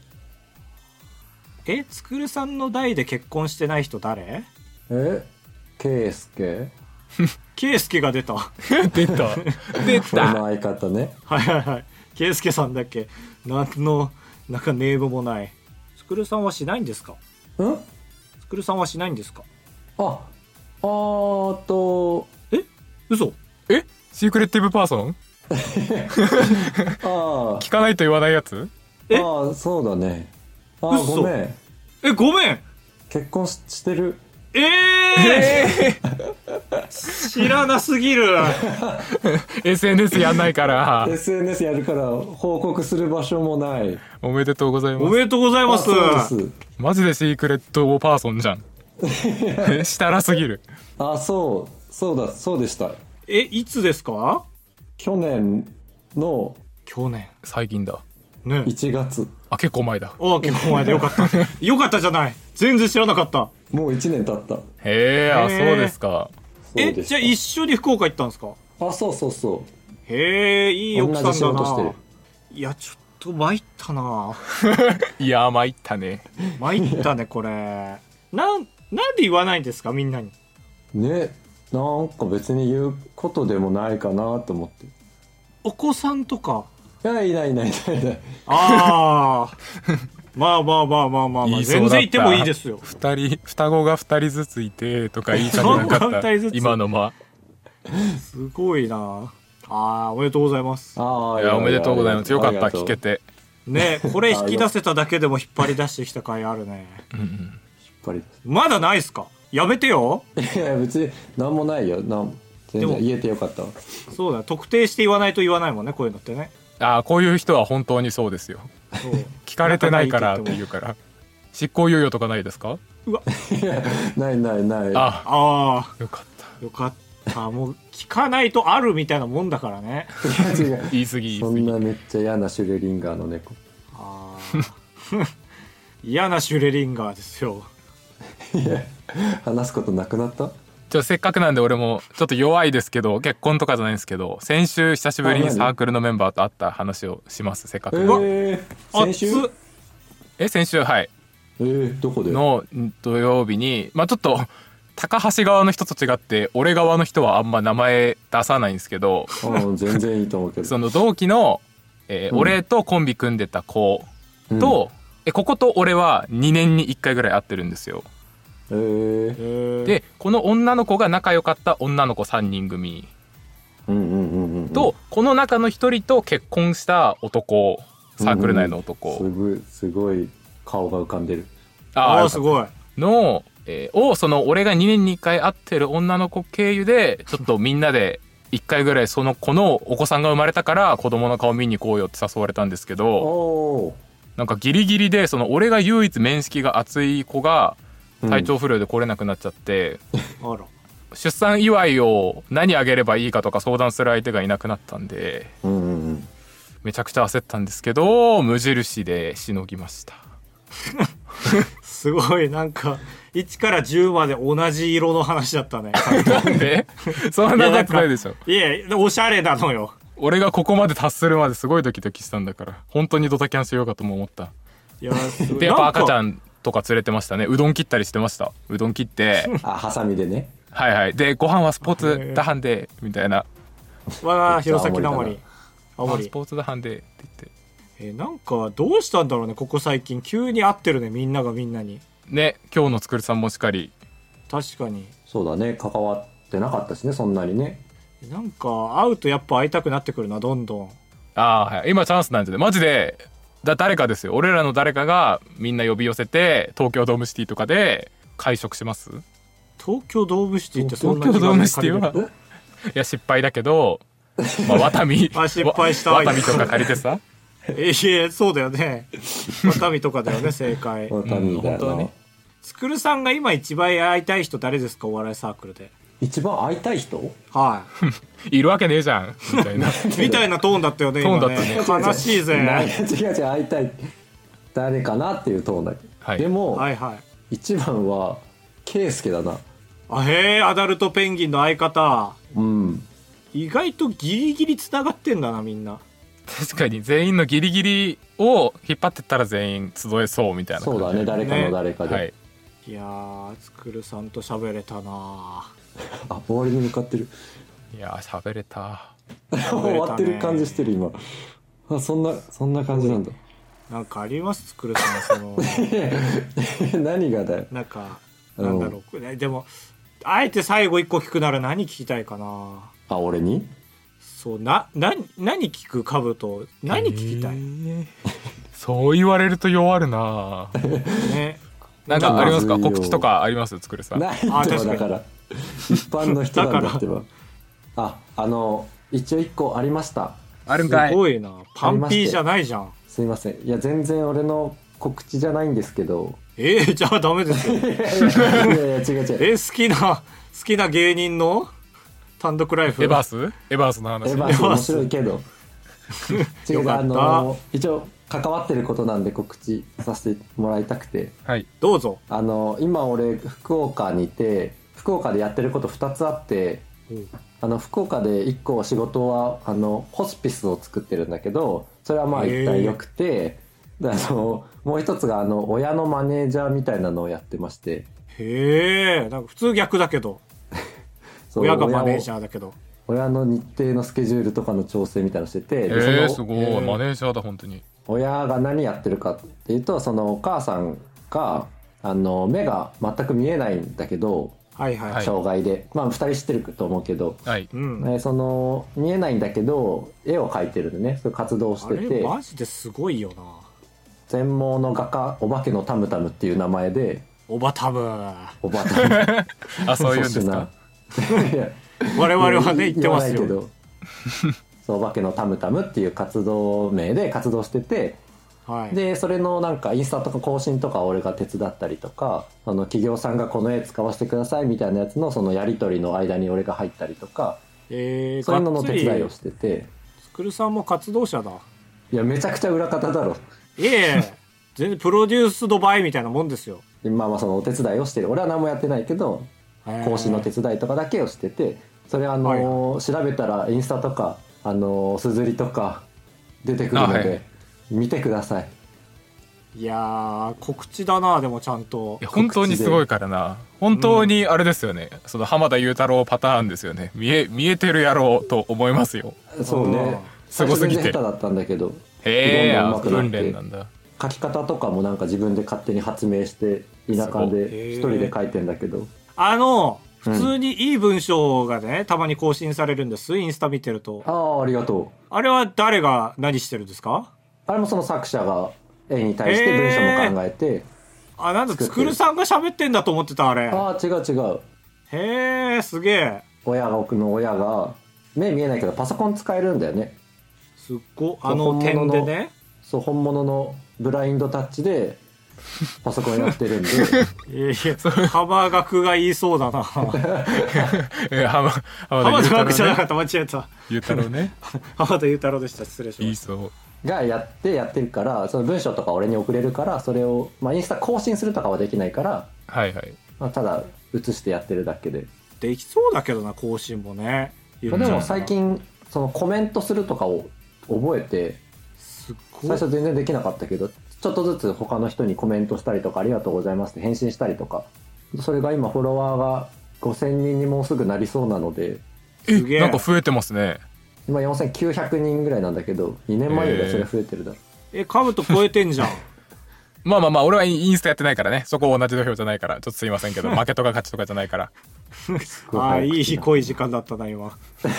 えつくるさんの代で結婚してない人誰？ えケイスケケイスケが出たは出た出俺た。 の相方ね。 いはいはいケイスケさんだっけ何のなんかネームもない。 つくるさんはしないんですか？ うんつくるさんはしないんですか？ ああーっとえ嘘えシークレッティブパーソンあー聞かないと言わないやつ？ えあーそうだね。あー嘘ごめん、 えごめん結婚ししてる。 ええー、知らなすぎるエスエヌエス やんないからエスエヌエス やるから報告する場所もない。 おめでとうございます。 おめでとうございます。 あそうです。 マジでシークレットパーソンじゃんしたらすぎる。 あそうそうだそうでした。 えいつですか？ 去年の去年最近だ。 ね。 いちがつ。 あ結構前だ。 あ結構前でよかったよかったじゃない、全然知らなかった。 もういちねん経った。 へえ、あそうですか。 そうでした。 えじゃあ一緒に福岡行ったんですか？ あそうそうそへえいいう奥さん同じ仕だ事してるな。いやちょっと参ったないや参ったね。 参ったねこれ。なんなんで言わないんですかみんなに。 ね。なんか別に言うことでもないかなと思って。 お子さんとか。 いやいないいないいないいない。 ああまあまあまあまあまあ、まあ、 言いそうだった全然いてもいいですよ。 二人双子が二人ずついてとか言いたくなか双子ったが二人ずつ今のま。 すごいなあ。おめでとうございます。 ああいやおめでとうございます。よかったありがとう聞けて。 ねこれ引き出せただけでも引っ張り出してきた甲斐あるね。 うんうん。 やっぱりまだないっすか？やめてよ。 いや別に何もないよ。なん全でも然言えてよかったわ。 そうだよ特定して言わないと言わないもんねこういうのってね。 ああこういう人は本当にそうですよ。 そう聞かれてないからって仲がいい言うから。執行猶予とかないですか？ うわないないない。 ああよかった。 よかったもう聞かないとあるみたいなもんだからね。 違う。 言い過ぎ言い過ぎ。 そんなめっちゃ嫌なシュレリンガーの猫。 あー嫌なシュレリンガーですよ。 いや話すことなくなった？ ちょせっかくなんで俺もちょっと弱いですけど結婚とかじゃないんですけど先週久しぶりにサークルのメンバーと会った話をします。せっかく、 えー、先週熱っえ先週はいえー、どこで？ の土曜日にまあちょっと高橋側の人と違って俺側の人はあんま名前出さないんですけどうん全然いいと思うけど。 その同期の、えーうん俺とコンビ組んでた子と、えここと俺はにねんにいっかいぐらい会ってるんですよ。 えー、 えー、 でこの女の子が仲良かった女の子さんにん組うんうんうんうん。 と、この中のひとりと結婚した男サークル内の男、 すごいすごい顔が浮かんでる。 あああすごい。 の、えーをその俺がにねんにいっかい会ってる女の子経由でちょっとみんなでいっかいぐらいその子のお子さんが生まれたから子供の顔見に行こうよって誘われたんですけど、 おなんかギリギリでその俺が唯一面識が厚い子が体調不良で来れなくなっちゃって、 あら出産祝いを何あげればいいかとか相談する相手がいなくなったんでうんうんうん。 めちゃくちゃ焦ったんですけど無印でしのぎました。 すごいなんかいちからじゅうまで同じ色の話だったね。 なんでそんなことないでしょ。 いやおしゃれなのよ。 俺がここまで達するまですごいドキドキしたんだから本当にドタキャンしようかとも思った。 いやすごいでやっぱ赤ちゃんんとか連れてましたね。うどん切ったりしてました。うどん切ってあハサミでね。 はいはいでご飯はスポーツ打飯でみたいなわあ弘前の青森青あ森スポーツ打飯でって言ってえーなんかどうしたんだろうねここ最近急に会ってるねみんながみんなに。 ね今日のつくるさんもしっかり確かにそうだね関わってなかったしねそんなにね。 なんか会うとやっぱ会いたくなってくるなどんどん。 ああ、はい、今チャンスなんじゃないマジでだ誰かですよ。俺らの誰かがみんな呼び寄せて東京ドームシティとかで会食します。 東京ドームシティってそんな東京ドームシティは気軽にいや失敗だけど、まあ、ワタミあ失敗したワタミとか借りてさえいえそうだよねワタミとかだよね正解。 ワタミだよな、 うん本当はねつくるさんが今一番会いたい人誰ですかお笑いサークルで。 一番会いたい人？ はいいるわけねえじゃんみたいなみたいなトーンだったよね今トーンだったね悲しいぜ。 な違う違う会いたい誰かなっていうトーンだけ、 はいでも、 はいはい一番はケイスケだな。 あへえアダルトペンギンの相方うん意外とギリギリつながってんだなみんな。 確かに全員のギリギリを引っ張ってったら全員集えそうみたいなそうだね誰かの誰かで、 はいいやーつくるさんと喋れたなあ終わりに向かってるいやー喋れた終わってる感じしてる今。あそんなそんな感じなんだ。 なんかありますつくるさんその何がだよ。 なんかなんだろう、うん、でもあえて最後一個聞くなら何聞きたいかな。 あ、俺にそうなな何聞くカブト何聞きたい、えー、 そう言われると弱るなね。 なんかありますか？告知とかありますつくるさん。 ないってばだから一般の人なんだってばあ、あの一応一個ありました。 あるんかい。 すごいな。パンピーじゃないじゃん。 すいません。いや全然俺の告知じゃないんですけど。 えー、じゃあダメですよ。いやいや違う違う。 え好きな好きな芸人の単独ライフ。 エバース？エバースの話。 エバース面白いけど。違う、あの一応関わってることなんで告知させてもらいたくて。 はい。 どうぞ。 あの今俺福岡にいて、福岡でやってることふたつあって。うん、あの福岡でいっこ仕事はあのホスピスを作ってるんだけど、それはまあ一体よくて、であのもう一つがあの親のマネージャーみたいなのをやってまして。 へえ、なんか普通逆だけど親がマネージャーだけど、 親の日程のスケジュールとかの調整みたいなのしてて、 へえすごい、えー、マネージャーだ本当に。 親が何やってるかっていうと、そのお母さんがあの目が全く見えないんだけど、 はいはい、 障害で、まあふたり知ってると思うけど、 はい、 うん、その見えないんだけど絵を描いてるんでね、そういう活動をしてて、 あれマジですごいよな。 全盲の画家お化けのタムタムっていう名前で、 おばタムおばタムあ、そういうんですか我々はね言ってますよ。 けどそうお化けのタムタムっていう活動名で活動してて、はい、でそれのなんかインスタとか更新とか俺が手伝ったりとか、あの企業さんがこの絵使わせてくださいみたいなやつのそのやり取りの間に俺が入ったりとか、えー、そういうのの手伝いをしてて。 つくるさんも活動者だ。 いやめちゃくちゃ裏方だろ。 いえ全然プロデュースドバイみたいなもんですよ。 まあまあそのお手伝いをしてる。俺は何もやってないけど更新の手伝いとかだけをしてて、それあのーはい、調べたらインスタとかあのすずりとか出てくるので、はい、見てください。 いやー告知だな。でもちゃんといや本当にすごいからな。本当にあれですよね、うん、その浜田雄太郎パターンですよね。見え見えてるやろうと思いますよ。 そうね、 すごすぎて。 最初全然下手だったんだけど、 へえ、訓練なんだ。 書き方とかもなんか自分で勝手に発明して田舎で一人で書いてんだけど、 あの普通にいい文章がね、うん、たまに更新されるんです。インスタ見てると。 ああ、ありがとう。 あれは誰が何してるんですか？ あれもその作者が絵に対して文章も考えて、 あ、なんだつくるさんが喋ってんだと思ってた。あれああ違う違う。 へえすげえ。 親が僕の親が目見えないけどパソコン使えるんだよね。 すっごあの点でね。 そう本物のブラインドタッチでパソコンやってるんでいやいや浜学が言いそうだな浜田学じゃなかった、間違えた。 雄太郎ね浜田雄太郎でした、失礼しました。 言いそうがやってやってるから、その文章とか俺に送れるから、それを、まあ、インスタ更新するとかはできないから、 はいはい、 まあ、ただ写してやってるだけでできそうだけどな、更新もね。 まあ、でも最近そのコメントするとかを覚えて、 すごい最初全然できなかったけど、ちょっとずつ他の人にコメントしたりとか、ありがとうございますって返信したりとか、それが今フォロワーがごせんにんにもうすぐなりそうなので、 えなんか増えてますね。 今よんせんきゅうひゃくにんぐらいなんだけど、にねんまえよりはそれ増えてるだろ。 えー、カブト超えてんじゃんまあまあまあ俺はインスタやってないからね、そこ同じ土俵じゃないから、ちょっとすいませんけど負けとか勝ちとかじゃないからああ、いい濃い時間だったな今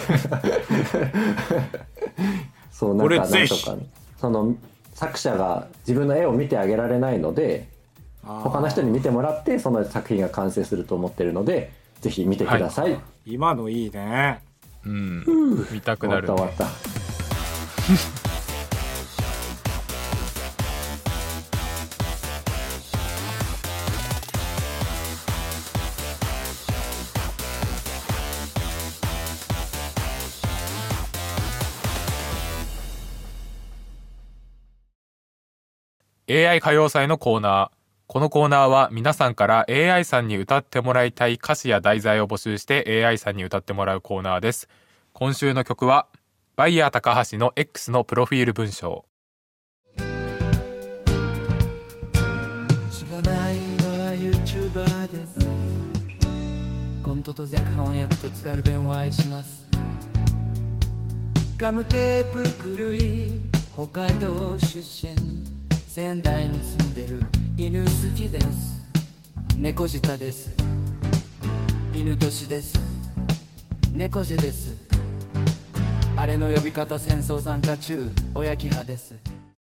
そうなんかなんとか、ね、その作者が自分の絵を見てあげられないので、他の人に見てもらってその作品が完成すると思ってるので、ぜひ見てください、はい、 今のいいね。 うん、見たくなる、ね、 終わった終わったエーアイ 歌謡祭のコーナー。このコーナーは皆さんから エーアイ さんに歌ってもらいたい歌詞や題材を募集して エーアイ さんに歌ってもらうコーナーです。今週の曲はバイヤー高橋の X のプロフィール文章。 知らないのは YouTuber です。コントと逆翻訳と津軽弁を愛します。ガムテープ狂い北海道出身、 仙台に住んでる犬好きです。猫舌です。犬年です。猫背です。あれの呼び方戦争参加中、おやき派です。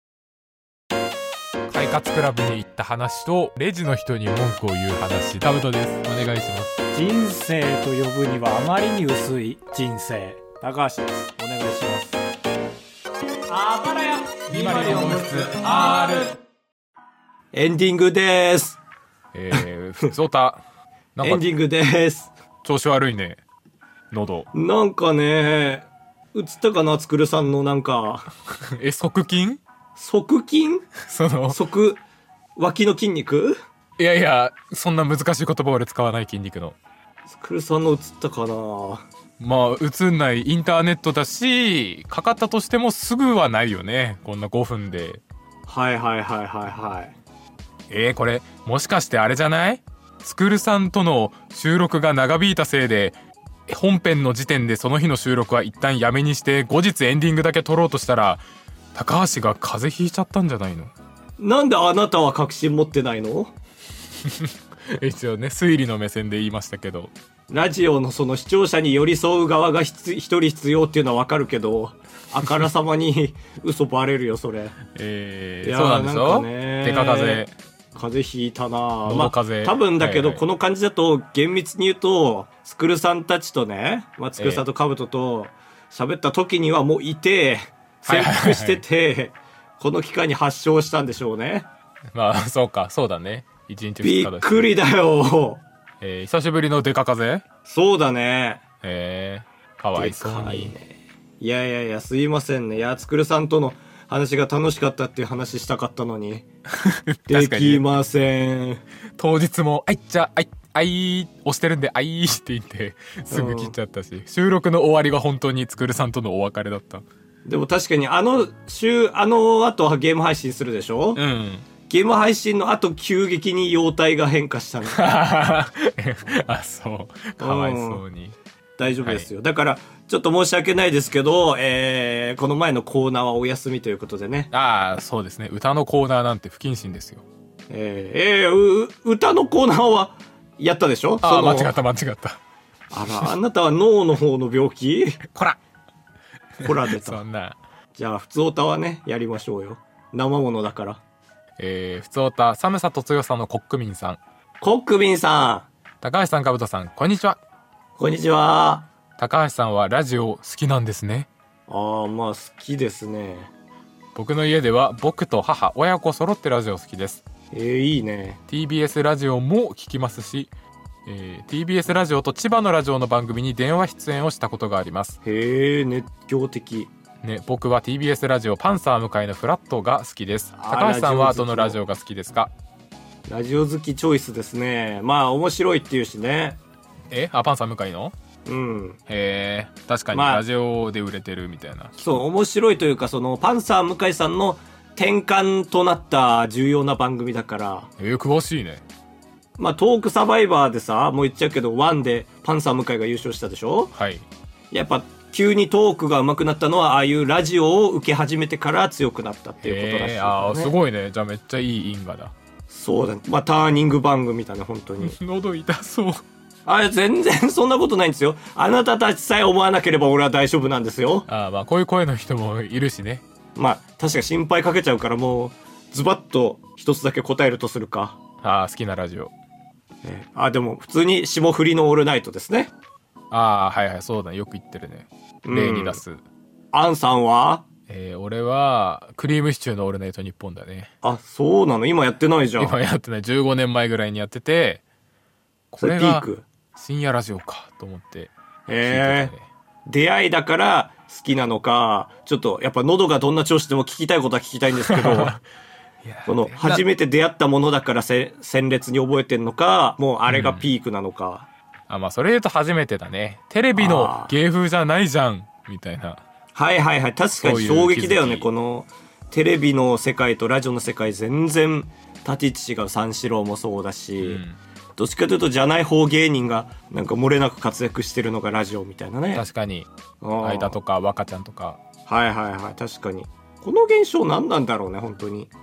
快活クラブに行った話とレジの人に文句を言う話、タブトです。お願いします。 人生と呼ぶにはあまりに薄い人生、高橋です。お願いします。あばらやにまり音質 アール。 エンディングです。 えー、ふつおたなんかエンディングです。 調子悪いね、喉。 なんかね、映ったかな、つくるさんのなんかえ、側筋側筋その側脇の筋肉。 いやいや、そんな難しい言葉俺使わない。筋肉のつくるさんの映ったかな。 まあ映んないインターネットだし、かかったとしてもすぐはないよね、こんなごふんで。 はいはいはいはいはい。 えー、これもしかしてあれじゃない？つくるさんとの収録が長引いたせいで本編の時点でその日の収録は一旦やめにして、後日エンディングだけ撮ろうとしたら高橋が風邪ひいちゃったんじゃないの？ なんであなたは確信持ってないの？ 一応ね、推理の目線で言いましたけど、 ラジオのその視聴者に寄り添う側が一人必要っていうのはわかるけど、あからさまに嘘バレるよそれ。 えー、 いやーそうなんですよ。 なんかね、 デカ風邪風邪ひいたな。 喉風邪、 まあ、多分だけど、 はいはい、 この感じだと厳密に言うとつくるさんたちとね、まあ、つくるさんとかぶとと喋った時にはもういて潜伏してて、はいはいはい、この期間に発症したんでしょうね。 まあそうか、そうだね。いちにちふつびっかだし。 くりだよ。 えー、久しぶりのデカ風邪。 そうだね。 えー、かわいそうに。 ね、いやいやいや、すいませんね。いや、つくるさんとの話が楽しかったっていう話したかったのにできません。 当日も「あいっちゃあいあい押してるんであい」って言ってすぐ切っちゃったし、うん、収録の終わりが本当につくるさんとのお別れだった。 でも確かにあの週あの後はゲーム配信するでしょ。うん。ゲーム配信の後急激に容体が変化したの。 あ、そうかわいそうに、うん、 大丈夫ですよ、はい、だからちょっと申し訳ないですけど、えー、この前のコーナーはお休みということでね。 ああ、そうですね。歌のコーナーなんて不謹慎ですよ。 えー、えー、歌のコーナーはやったでしょ。 ああ、間違った間違った。 あら、あなたは脳の方の病気こらこら出た。 そんな。 じゃあ普通歌はね、やりましょうよ。生ものだから。 えー、普通歌、寒さと強さのコックミンさん。 コックミンさん。 高橋さん、かぶとさん、こんにちは。 こんにちは。 高橋さんはラジオ好きなんですね。 ああ、まあ好きですね。 僕の家では僕と母、親子揃ってラジオ好きです。 えー、いいね。 ティービーエス ラジオも聞きますし、えー、ティービーエス ラジオと千葉のラジオの番組に電話出演をしたことがあります。 へえ、熱狂的ね。僕は ティービーエス ラジオパンサー向井のフラットが好きです。高橋さんはどのラジオが好きですか？ ラジオ好きチョイスですね。まあ面白いっていうしね。 えあ、パンサー向井の？ うん。 へえ、確かにラジオで売れてるみたいな、まあ、 そう面白いというか、そのパンサー向井さんの転換となった重要な番組だから。 えー、詳しいね。 まあトークサバイバーでさ、もう言っちゃうけどワンでパンサー向井が優勝したでしょ。 はい。 やっぱ急にトークが上手くなったのは、ああいうラジオを受け始めてから強くなったっていうことらしい、ね。 ああ、すごいね。じゃあめっちゃいい因果だ。 そうだね。まあターニング番組だね、本当に。 喉痛そう。 あ、全然そんなことないんですよ。あなたたちさえ思わなければ俺は大丈夫なんですよ。 ああ、まあこういう声の人もいるしね。 まあ確か心配かけちゃうから、もうズバッと一つだけ答えるとするか。 ああ、好きなラジオ。 えー、あ、でも普通に霜降りのオールナイトですね。 ああ、はいはい、そうだね。よく言ってるね。例に出す。うん、 アンさんは？ えー、俺はクリームシチューのオールナイトニッポンだね。 あ、そうなの？今やってないじゃん。 今やってない。じゅうごねんまえぐらいにやってて、これが深夜ラジオかと思って聞いてたね。 へえ。出会いだから好きなのか、ちょっとやっぱ喉がどんな調子でも聞きたいことは聞きたいんですけどこの初めて出会ったものだからせ鮮烈に覚えてんのか、もうあれがピークなのか、 うん、あ、まあそれ言うと初めてだね。テレビの芸風じゃないじゃんみたいな。 はいはいはい、確かに衝撃だよね。このテレビの世界とラジオの世界全然立ち位置違う。三四郎もそうだし、うん、どっちかというとじゃない方芸人がなんか漏れなく活躍してるのがラジオみたいなね。 確かに間とか若ちゃんとか。 はいはいはい、確かにこの現象何なんだろうね本当に。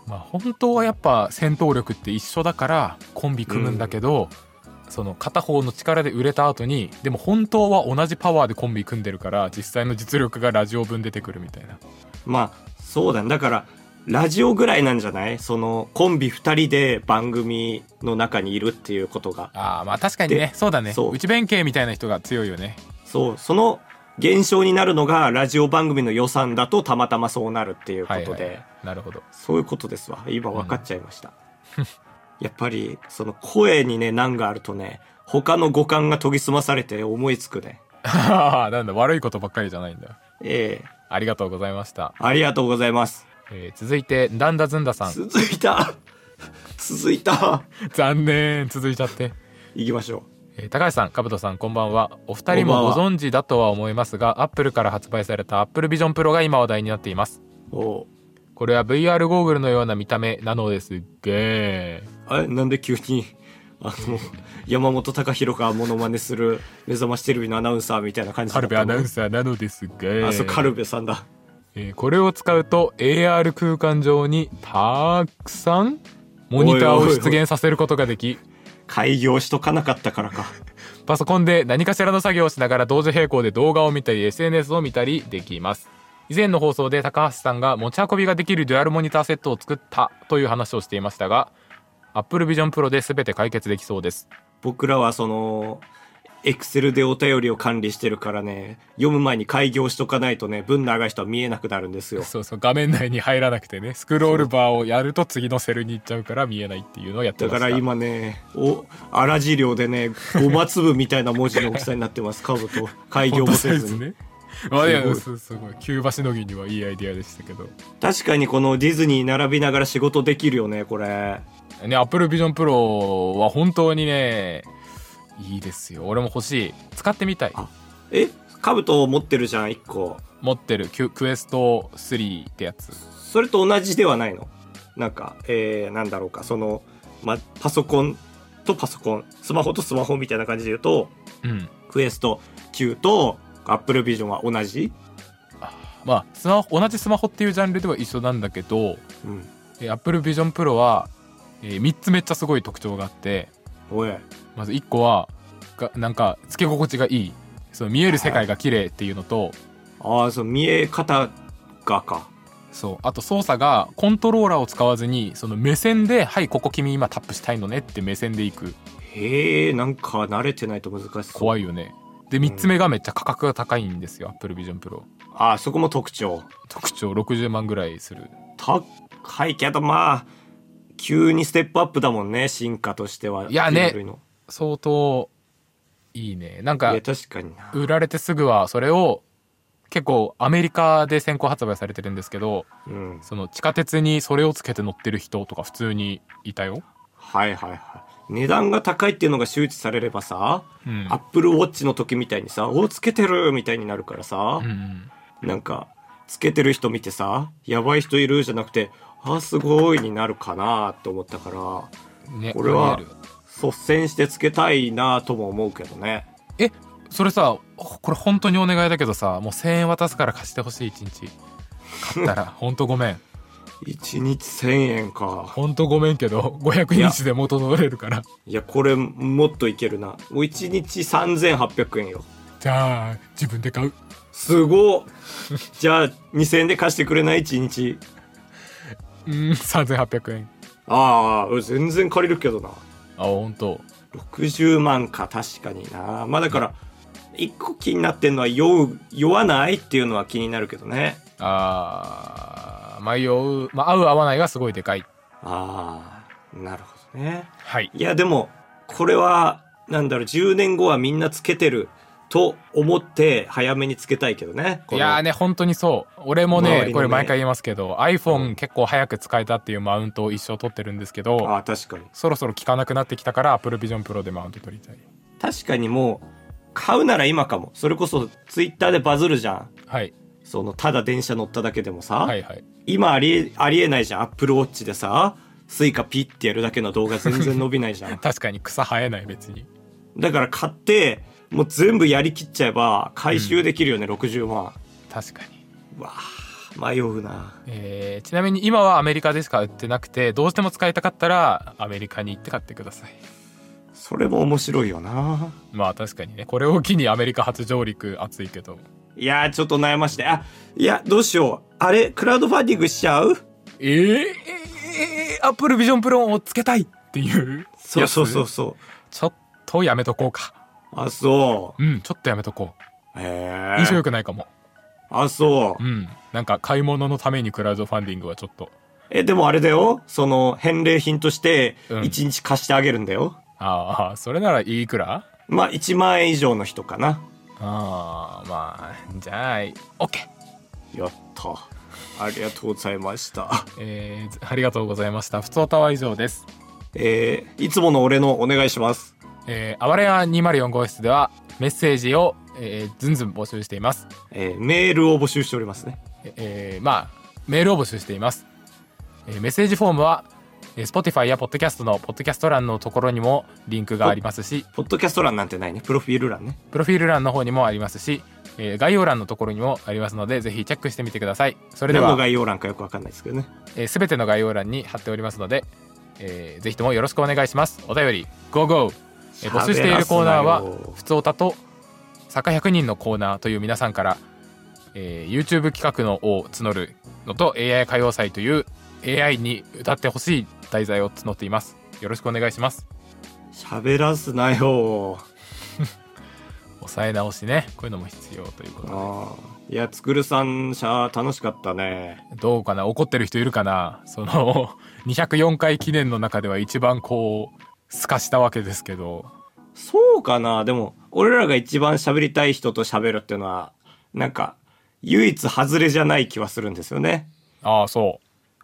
まあ本当はやっぱ戦闘力って一緒だからコンビ組むんだけど、うん、その片方の力で売れた後にでも本当は同じパワーでコンビ組んでるから実際の実力がラジオ分出てくるみたいな。 まあそうだね。だからラジオぐらいなんじゃない？そのコンビふたりで番組の中にいるっていうことが。 ああまあ確かにね。そうだね。そう内弁慶みたいな人が強いよね。 そうその現象になるのがラジオ番組の予算だとたまたまそうなるっていうことで、はいはい、 なるほど。 そういうことですわ。今分かっちゃいました、うん、やっぱりその声にね難があるとね他の五感が研ぎ澄まされて思いつくね。 なんだ悪いことばっかりじゃないんだ。 ええありがとうございました。 ありがとうございます。 えー、続いてダンダズンダさん。 続いた続いた残念続いちゃっていきましょう。 えー、高橋さん、かぶとさん、こんばんは。お二人もご存知だとは思いますが、アップルから発売された Apple Vision Pro が今話題になっています。 おこれは ブイアール ゴーグルのような見た目なのですげー。あれなんで急にあの山本貴弘がモノマネする目覚ましテレビのアナウンサーみたいな感じだったの？ カルベアナウンサーなのですが、 あ、そうカルベさんだ。 えー、これを使うと エーアール 空間上にたくさんモニターを出現させることができ、おいおいおい開業しとかなかったからか。 パソコンで何かしらの作業をしながら同時並行で動画を見たり エスエヌエス を見たりできます。以前の放送で高橋さんが持ち運びができるデュアルモニターセットを作ったという話をしていましたが、 Apple Vision Pro で全て解決できそうです。 僕らはそのエクセルでお便りを管理してるからね、読む前に開業しとかないとね、文長い人は見えなくなるんですよ。 そうそう、画面内に入らなくてね、スクロールバーをやると次のセルに行っちゃうから見えないっていうのをやってました。 だから今ね、お粗字量でね、ごま粒みたいな文字の大きさになってます。カブと開業もせずに。 ね、あ、いや、すごいキューバしのぎにはいいアイデアでしたけど、 確かにこのディズニー並びながら仕事できるよね、これね。 Apple Vision Pro は本当にねいいですよ。俺も欲しい。使ってみたい。 あ、え、カブト持ってるじゃん、いっこ。 持ってる。ク, クエストスリーってやつ。 それと同じではないの？なんか、えー、なんだろうか、その、ま、パソコンとパソコン、スマホとスマホみたいな感じで言うと、 うん、 クエストきゅうと Apple Vision は同じ？ あ、まあスマホ、同じスマホっていうジャンルでは一緒なんだけど、うん、え Apple Vision Pro は、えー、みっつめっちゃすごい特徴があって、 おい、 まずいっこはがなんかつけ心地がいい、その見える世界が綺麗っていうのと、 ああ、そう、見え方がか。 そう、あと操作がコントローラーを使わずにその目線で、はい、ここ君今タップしたいのねって目線でいく。 へえ、なんか慣れてないと難しそう。 怖いよね。でみっつめがめっちゃ価格が高いんですよ、うん、Apple Vision Pro。 ああ、そこも特徴。 特徴ろくじゅうまんぐらいする。 高いけど、まあ急にステップアップだもんね、進化としては。 いやね、相当いいね。なんか確かにな、 売られてすぐはそれを結構アメリカで先行発売されてるんですけど、うん、その地下鉄にそれをつけて乗ってる人とか普通にいたよ。 はいはいはい。値段が高いっていうのが周知されればさ、うん、アップルウォッチの時みたいにさ、おつけてるみたいになるからさ、うんうん、なんかつけてる人見てさ、やばい人いるじゃなくて、あ、すごいになるかなって思ったから、ね、これは率先してつけたいなとも思うけどね。 え、それさ、これ本当にお願いだけどさ、もうせんえん渡すから貸してほしい。いちにち買ったら本当ごめん。 いちにちせんえんか。 本当ごめんけどごひゃくにちで元取れるから。 いや、これもっといけるな。もういちにちさんぜんはっぴゃくえんよ。 じゃあ自分で買う。 すごっ。じゃあにせんえんで貸してくれない？いちにち。 うん、さんぜんはっぴゃくえん。 ああ、全然借りるけどな。 あ、本当。 ろくじゅうまんか、確かにな。まあだから一個気になってんのは酔う酔わないっていうのは気になるけどね。 ああ、まあ酔う、まあ合う合わないがすごいでかい。 ああ、なるほどね。 はい。 いやでもこれはなんだろう、じゅうねんごはみんなつけてると思って早めにつけたいけどね。 いやーね、本当にそう。俺も ね, ねこれ毎回言いますけど、 iPhone 結構早く使えたっていうマウントを一生取ってるんですけど、 あ、確かにそろそろ効かなくなってきたから Apple Vision Pro でマウント取りたい。 確かにもう買うなら今かも。それこそ Twitter でバズるじゃん。 はい。 そのただ電車乗っただけでもさ、 はいはい、 今ありえ、ありえないじゃん。 Apple Watch でさ、スイカピッてやるだけの動画全然伸びないじゃん。 確かに草生えない。別に。 だから買ってもう全部やりきっちゃえば回収できるよね、うん、ろくじゅうまん。 確かに。 わ迷うな。 えー、ちなみに今はアメリカでしか売ってなくて、どうしても使いたかったらアメリカに行って買ってください。 それも面白いよな。 まあ確かにね、これを機にアメリカ初上陸熱いけど。 いやーちょっと悩まして、あ、いやどうしよう、あれクラウドファンディングしちゃう？ えー、えー、アップルビジョンプロをつけたいっていうそうそうそうそう。 ちょっとやめとこうか。 あ、そう。 うん、ちょっとやめとこう。へえ。 印象良くないかも。 あ、そう。 うん、なんか買い物のためにクラウドファンディングはちょっと。 え、でもあれだよ。その返礼品としてうんいちにち貸してあげるんだよ。 ああ、それならいくら？ まあいちまんえん以上の人かな。 ああ、まあじゃあ OK。 やった。ありがとうございました。 えー、ありがとうございました。ふつおたは以上です。 えー、いつもの俺のお願いします。 えー、あばれやにまるよん号室ではメッセージを、えー、ずんずん募集しています。 えー、メールを募集しておりますね。 えー、まあメールを募集しています。えー、メッセージフォームはえー Spotify や Podcast の Podcast 欄のところにもリンクがありますし、 ポッドキャスト欄なんてないね。プロフィール欄ね。 プロフィール欄の方にもありますし、えー、概要欄のところにもありますので、ぜひチェックしてみてください。それでは何の概要欄かよくわかんないですけどね。 えー、全ての概要欄に貼っておりますので、えー、ぜひともよろしくお願いします。お便り ゴーゴー、えー、募集しているコーナーはふつおたと作家ひゃくにんのコーナーという皆さんから、えー、YouTube 企画のを募るのと エーアイ 歌謡祭という エーアイ に歌ってほしい題材を募っています。よろしくお願いします。 喋らすなよ。 抑え直しね、こういうのも必要ということで。 あいや、つくるさんしゃ楽しかったね。 どうかな、怒ってる人いるかな。そのにひゃくよんかい記念の中では一番こうすかしたわけですけど。 そうかな。でも俺らが一番喋りたい人と喋るっていうのはなんか唯一外れじゃない気はするんですよね。 ああ、そう。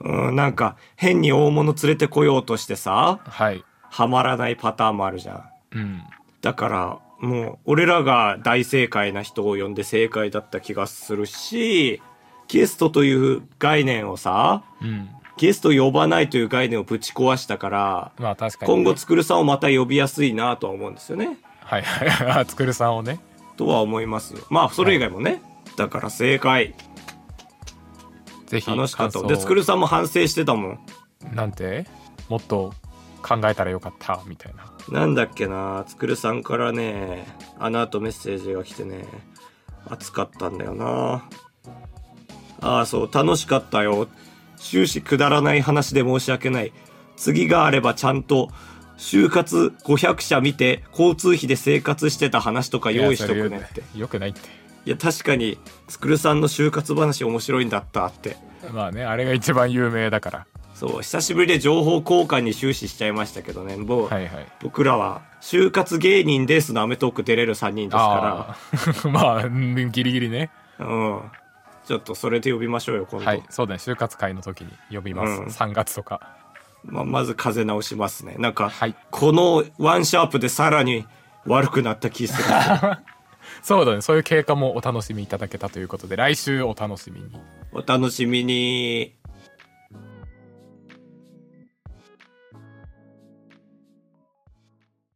うん、なんか変に大物連れてこようとしてさ、 はい、 はまらないパターンもあるじゃん。 うん、 だからもう俺らが大正解な人を呼んで正解だった気がするし、ゲストという概念をさ、 うん、 ゲスト呼ばないという概念をぶち壊したから、 まあ確かに、ね、 今後つくるさんをまた呼びやすいなとは思うんですよね。 はいはい、つくるさんをね。 とは思いますよ。まあそれ以外もね、はい、だから正解。 ぜひ楽しかった。でつくるさんも反省してたもん。 なんて、もっと考えたらよかったみたいな。 なんだっけな、つくるさんからね、あの後メッセージが来てね、熱かったんだよな。ああ、そう、楽しかったよ。終始くだらない話で申し訳ない。次があればちゃんと就活ごひゃくしゃ見て交通費で生活してた話とか用意しとくねって。 よくないって。 いや確かにつくるさんの就活話面白いんだったって。 まあね、あれが一番有名だから。そう、 久しぶりで情報交換に終始しちゃいましたけどね。もう、 はいはい、 僕らは就活芸人ですのアメトーク出れるさんにんですからまあギリギリね。 うん、ちょっとそれで呼びましょうよ今度。 はい、そうだね、就活会の時に呼びます、うん、さんがつとか。 まあ、まず風直しますね。なんか、 はい、 このワンシャープでさらに悪くなった気するそうだね、そういう経過もお楽しみいただけたということで、来週お楽しみに。 お楽しみに。